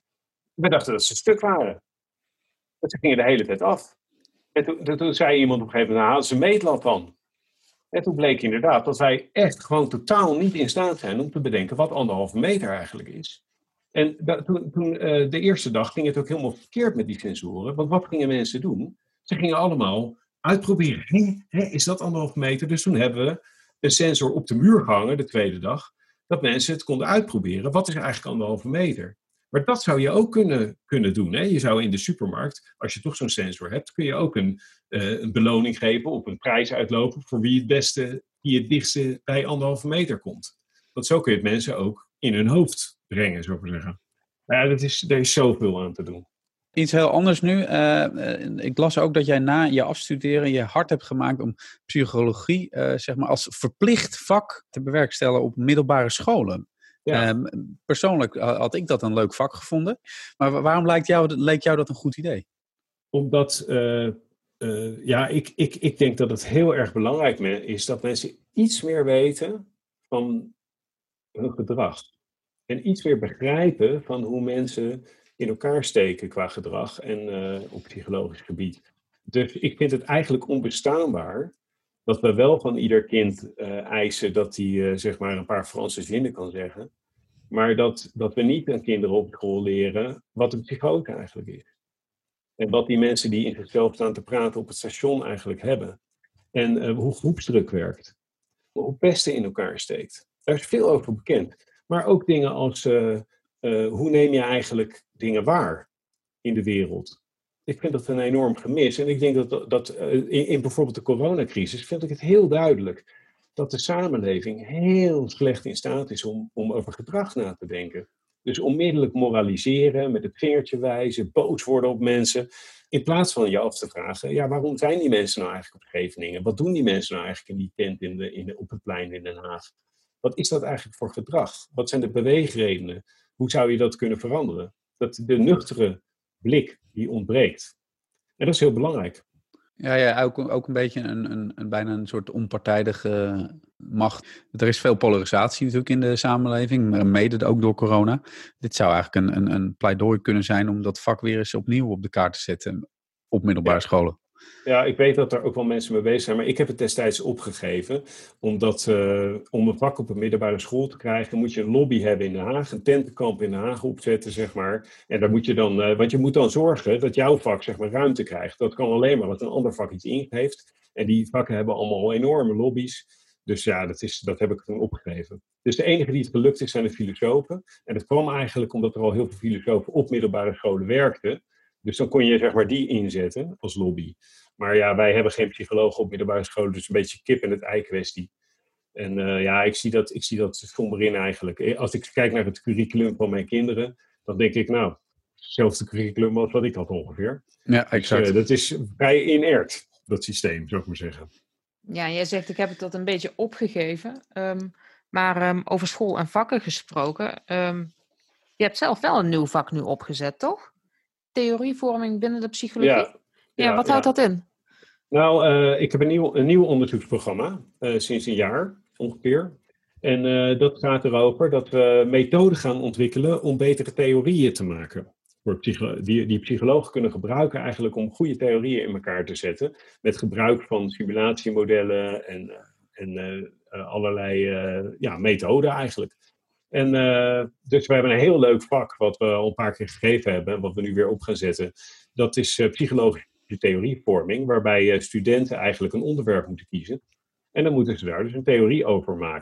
We dachten dat ze stuk waren. Want ze gingen de hele tijd af. En toen, toen, toen zei iemand op een gegeven moment, nou, hadden ze een meetlat van. En toen bleek inderdaad dat wij echt gewoon totaal niet in staat zijn om te bedenken wat anderhalve meter eigenlijk is. En da, toen, toen uh, de eerste dag ging het ook helemaal verkeerd met die sensoren. Want wat gingen mensen doen? Ze gingen allemaal uitproberen. Hé, hé, is dat anderhalve meter? Dus toen hebben we een sensor op de muur gehangen de tweede dag. Dat mensen het konden uitproberen. Wat is eigenlijk anderhalve meter? Maar dat zou je ook kunnen, kunnen doen. Hè? Je zou in de supermarkt, als je toch zo'n sensor hebt, kun je ook een, uh, een beloning geven of een prijs uitlopen voor wie het beste, wie het dichtste bij anderhalve meter komt. Want zo kun je het mensen ook in hun hoofd brengen, zo maar zeggen. Maar ja, dat is, er is zoveel aan te doen. Iets heel anders nu. Uh, uh, ik las ook dat jij na je afstuderen je hard hebt gemaakt om psychologie uh, zeg maar als verplicht vak te bewerkstelligen op middelbare scholen. Ja. Um, persoonlijk had ik dat een leuk vak gevonden. Maar waarom leek jou, leek jou dat een goed idee? Omdat, uh, uh, ja, ik, ik, ik denk dat het heel erg belangrijk is dat mensen iets meer weten van hun gedrag. En iets meer begrijpen van hoe mensen in elkaar steken qua gedrag en uh, op psychologisch gebied. Dus ik vind het eigenlijk onbestaanbaar dat we wel van ieder kind uh, eisen dat hij uh, zeg maar een paar Franse zinnen kan zeggen. Maar dat, dat we niet aan kinderen op school leren wat een psychose eigenlijk is. En wat die mensen die in zichzelf staan te praten op het station eigenlijk hebben. En uh, hoe groepsdruk werkt. Hoe pesten in elkaar steekt. Daar is veel over bekend. Maar ook dingen als uh, uh, hoe neem je eigenlijk dingen waar in de wereld. Ik vind dat een enorm gemis. En ik denk dat, dat uh, in, in bijvoorbeeld de coronacrisis vind ik het heel duidelijk dat de samenleving heel slecht in staat is om, om over gedrag na te denken. Dus onmiddellijk moraliseren, met het vingertje wijzen, boos worden op mensen. In plaats van je af te vragen, ja, waarom zijn die mensen nou eigenlijk op Scheveningen? Wat doen die mensen nou eigenlijk in die tent in de, in de, op het plein in Den Haag? Wat is dat eigenlijk voor gedrag? Wat zijn de beweegredenen? Hoe zou je dat kunnen veranderen? Dat de nuchtere blik die ontbreekt. En dat is heel belangrijk. Ja, ja ook, ook een beetje een, een, een bijna een soort onpartijdige macht. Er is veel polarisatie natuurlijk in de samenleving, maar mede ook door corona. Dit zou eigenlijk een, een, een pleidooi kunnen zijn om dat vak weer eens opnieuw op de kaart te zetten op middelbare ja. scholen. Ja, ik weet dat er ook wel mensen mee bezig zijn, maar ik heb het destijds opgegeven. Omdat uh, om een vak op een middelbare school te krijgen, moet je een lobby hebben in Den Haag, een tentenkamp in Den Haag opzetten, zeg maar. En daar moet je dan, uh, want je moet dan zorgen dat jouw vak, zeg maar, ruimte krijgt. Dat kan alleen maar wat een ander vak iets ingeeft. En die vakken hebben allemaal enorme lobby's. Dus ja, dat, is, dat heb ik toen opgegeven. Dus de enige die het gelukt is, zijn de filosofen. En dat kwam eigenlijk omdat er al heel veel filosofen op middelbare scholen werkten. Dus dan kon je, zeg maar, die inzetten als lobby. Maar ja, wij hebben geen psychologen op middelbare scholen, dus een beetje kip en het ei kwestie. En uh, ja, ik zie dat, ik zie dat somber in eigenlijk. Als ik kijk naar het curriculum van mijn kinderen, dan denk ik, nou, hetzelfde curriculum als wat ik had ongeveer. Ja, exact. Dus, uh, dat is vrij inert, dat systeem, zou ik maar zeggen. Ja, jij zegt, ik heb het dat een beetje opgegeven. Um, maar um, over school en vakken gesproken. Um, je hebt zelf wel een nieuw vak nu opgezet, toch? Theorievorming binnen de psychologie. Ja, ja, ja wat houdt ja. dat in? Nou, uh, ik heb een nieuw, een nieuw onderzoeksprogramma. Uh, sinds een jaar ongeveer. En uh, dat gaat erover dat we methoden gaan ontwikkelen om betere theorieën te maken. Voor psycho- die, die psychologen kunnen gebruiken eigenlijk om goede theorieën in elkaar te zetten. Met gebruik van simulatiemodellen en, uh, en uh, allerlei uh, ja, methoden eigenlijk. En uh, dus we hebben een heel leuk vak wat we al een paar keer gegeven hebben en wat we nu weer op gaan zetten. Dat is uh, psychologische theorievorming, waarbij uh, studenten eigenlijk een onderwerp moeten kiezen. En dan moeten ze daar dus een theorie over maken.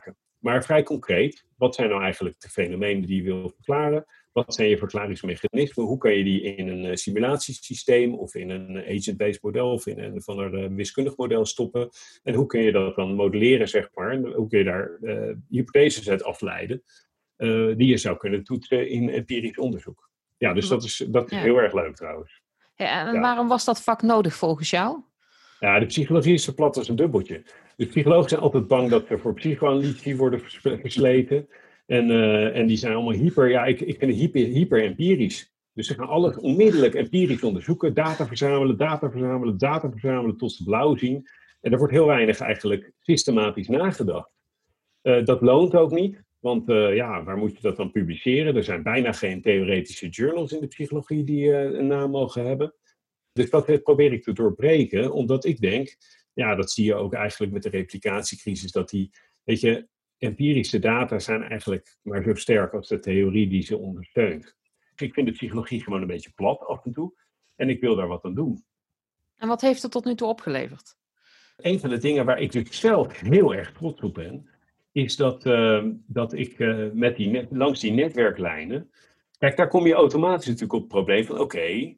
Maar vrij concreet, wat zijn nou eigenlijk de fenomenen die je wil verklaren? Wat zijn je verklaringsmechanismen? Hoe kan je die in een uh, simulatiesysteem of in een agent-based model of in een van een uh, wiskundig model stoppen? En hoe kun je dat dan modelleren, zeg maar? En hoe kun je daar uh, hypotheses uit afleiden uh, die je zou kunnen toetsen in empirisch onderzoek? Ja, dus dat is, dat is ja. heel erg leuk trouwens. Ja, en ja. waarom was dat vak nodig volgens jou? Ja, de psychologie is zo plat als een dubbeltje. De psychologen zijn altijd bang dat er voor psychoanalytici worden versleten. En, uh, en die zijn allemaal hyper, ja, ik, ik vind het hyper, hyper empirisch. Dus ze gaan alles onmiddellijk empirisch onderzoeken. Data verzamelen, data verzamelen, data verzamelen tot ze blauw zien. En er wordt heel weinig eigenlijk systematisch nagedacht. Uh, dat loont ook niet. Want uh, ja, waar moet je dat dan publiceren? Er zijn bijna geen theoretische journals in de psychologie die uh, een naam mogen hebben. Dus dat probeer ik te doorbreken, omdat ik denk, ja, dat zie je ook eigenlijk met de replicatiecrisis, dat die, weet je, empirische data zijn eigenlijk maar zo sterk als de theorie die ze ondersteunt. Ik vind de psychologie gewoon een beetje plat af en toe en ik wil daar wat aan doen. En wat heeft het tot nu toe opgeleverd? Een van de dingen waar ik dus zelf heel erg trots op ben, is dat, uh, dat ik uh, met die net, langs die netwerklijnen, kijk, daar kom je automatisch natuurlijk op het probleem van, oké, okay,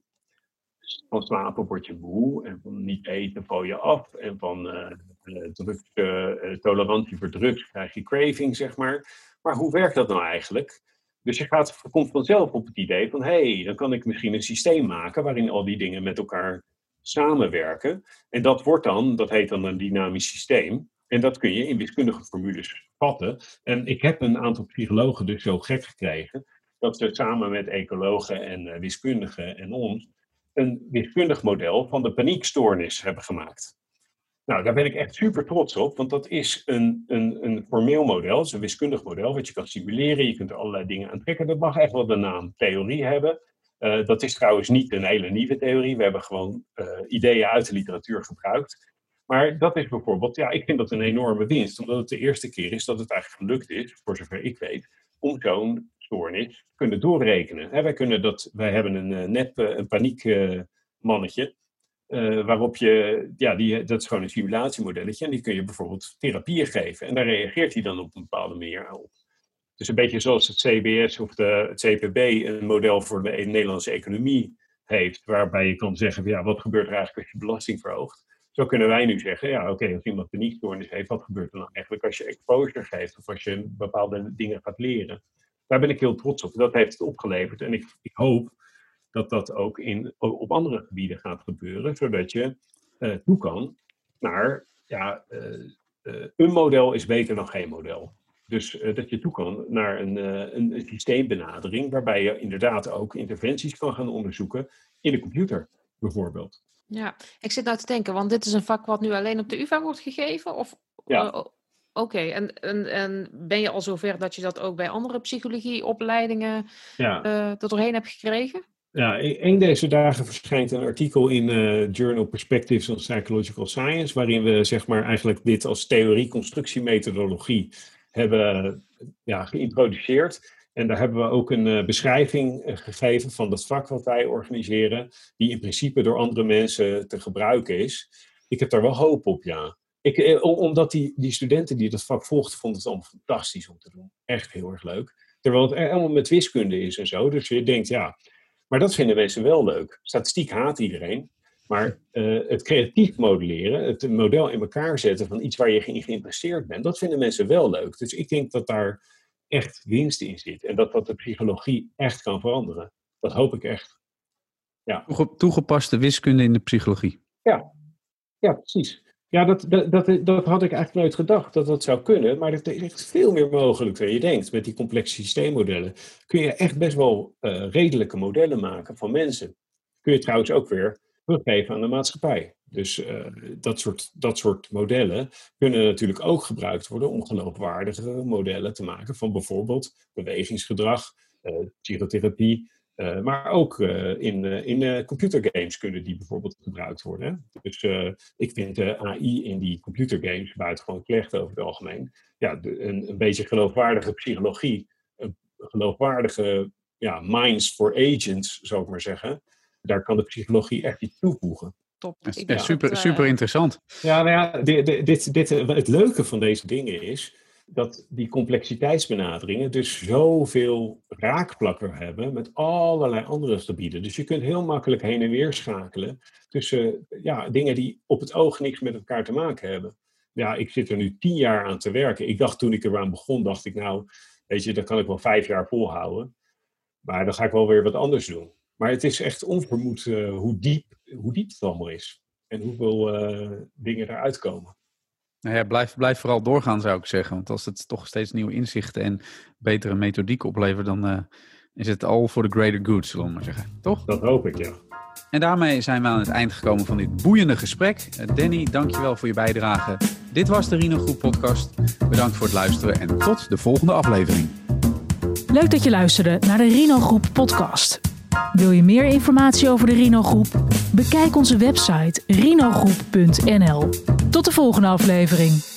van slapen word je moe en van niet eten val je af en van uh, uh, drugs, uh, tolerantie voor drugs krijg je craving, zeg maar. Maar hoe werkt dat nou eigenlijk? Dus je gaat, komt vanzelf op het idee van, hé, hey, dan kan ik misschien een systeem maken waarin al die dingen met elkaar samenwerken. En dat wordt dan, dat heet dan een dynamisch systeem. En dat kun je in wiskundige formules vatten. En ik heb een aantal psychologen dus zo gek gekregen, dat ze samen met ecologen en uh, wiskundigen en ons een wiskundig model van de paniekstoornis hebben gemaakt. Nou, daar ben ik echt super trots op, want dat is een, een, een formeel model, het is een wiskundig model, wat je kan simuleren, je kunt er allerlei dingen aan trekken. Dat mag echt wel de naam theorie hebben. Uh, dat is trouwens niet een hele nieuwe theorie, we hebben gewoon uh, ideeën uit de literatuur gebruikt. Maar dat is bijvoorbeeld, ja, ik vind dat een enorme winst, omdat het de eerste keer is dat het eigenlijk gelukt is, voor zover ik weet, om zo'n stoornis kunnen doorrekenen. He, wij, kunnen dat, wij hebben een uh, nep, uh, een paniekmannetje, uh, uh, waarop je, ja, die, dat is gewoon een simulatiemodelletje, en die kun je bijvoorbeeld therapieën geven. En daar reageert hij dan op een bepaalde manier op. Dus een beetje zoals het C B S of de, het C P B een model voor de Nederlandse economie heeft, waarbij je kan zeggen, ja, wat gebeurt er eigenlijk als je belasting verhoogt? Zo kunnen wij nu zeggen, ja, oké, okay, als iemand paniekstoornis heeft, wat gebeurt er nou eigenlijk als je exposure geeft of als je bepaalde dingen gaat leren? Daar ben ik heel trots op. Dat heeft het opgeleverd. En ik, ik hoop dat dat ook in, op andere gebieden gaat gebeuren, zodat je uh, toe kan naar, ja, uh, uh, een model is beter dan geen model. Dus uh, dat je toe kan naar een, uh, een, een systeembenadering, waarbij je inderdaad ook interventies kan gaan onderzoeken in de computer, bijvoorbeeld. Ja, ik zit nou te denken, want dit is een vak wat nu alleen op de U vA wordt gegeven? Of, ja. Uh, Oké, okay. en, en, en ben je al zover dat je dat ook bij andere psychologieopleidingen ja. uh, er doorheen hebt gekregen? Ja, een deze dagen verschijnt een artikel in uh, Journal Perspectives on Psychological Science, waarin we zeg maar eigenlijk dit als theorie-constructiemethodologie hebben ja, geïntroduceerd. En daar hebben we ook een uh, beschrijving uh, gegeven van dat vak wat wij organiseren, die in principe door andere mensen te gebruiken is. Ik heb daar wel hoop op, ja. Ik, eh, omdat die, die studenten die dat vak volgden, vonden het allemaal fantastisch om te doen. Echt heel erg leuk. Terwijl het helemaal met wiskunde is en zo. Dus je denkt, ja, maar dat vinden mensen wel leuk. Statistiek haat iedereen. Maar uh, het creatief modelleren, het model in elkaar zetten van iets waar je in geïnteresseerd bent, dat vinden mensen wel leuk. Dus ik denk dat daar echt winst in zit. En dat dat de psychologie echt kan veranderen. Dat hoop ik echt. Ja. Toegepaste wiskunde in de psychologie. Ja, ja precies. Ja, dat, dat, dat, dat had ik eigenlijk nooit gedacht dat dat zou kunnen. Maar er is echt veel meer mogelijk dan je denkt. Met die complexe systeemmodellen kun je echt best wel uh, redelijke modellen maken van mensen. Kun je trouwens ook weer teruggeven aan de maatschappij. Dus uh, dat, soort, dat soort modellen kunnen natuurlijk ook gebruikt worden om geloofwaardige modellen te maken van bijvoorbeeld bewegingsgedrag, uh, psychotherapie, uh, maar ook uh, in, uh, in uh, computergames kunnen die bijvoorbeeld gebruikt worden. Hè? Dus uh, ik vind de A I in die computergames buitengewoon slecht over het algemeen. Ja, de, een, een beetje geloofwaardige psychologie, een geloofwaardige ja, minds for agents, zou ik maar zeggen. Daar kan de psychologie echt iets toevoegen. Top. Ja, ja, super, super interessant. Ja, nou ja, dit, dit, dit, het leuke van deze dingen is dat die complexiteitsbenaderingen dus zoveel raakvlakken hebben met allerlei andere gebieden. Dus je kunt heel makkelijk heen en weer schakelen tussen ja, dingen die op het oog niks met elkaar te maken hebben. Ja, ik zit er nu tien jaar aan te werken. Ik dacht toen ik eraan begon, dacht ik nou, weet je, dat kan ik wel vijf jaar volhouden. Maar dan ga ik wel weer wat anders doen. Maar het is echt onvermoed uh, hoe, diep, hoe diep het allemaal is. En hoeveel uh, dingen eruit komen. Nou ja, blijf, blijf vooral doorgaan, zou ik zeggen. Want als het toch steeds nieuwe inzichten en betere methodiek oplevert, dan uh, is het all for the greater good, zullen we maar zeggen. Toch? Dat hoop ik, ja. En daarmee zijn we aan het eind gekomen van dit boeiende gesprek. Uh, Danny, dankjewel voor je bijdrage. Dit was de Rhino Groep podcast. Bedankt voor het luisteren en tot de volgende aflevering. Leuk dat je luisterde naar de Rhino Groep podcast. Wil je meer informatie over de Rhino Groep? Bekijk onze website rhinogroep punt n l. Tot de volgende aflevering.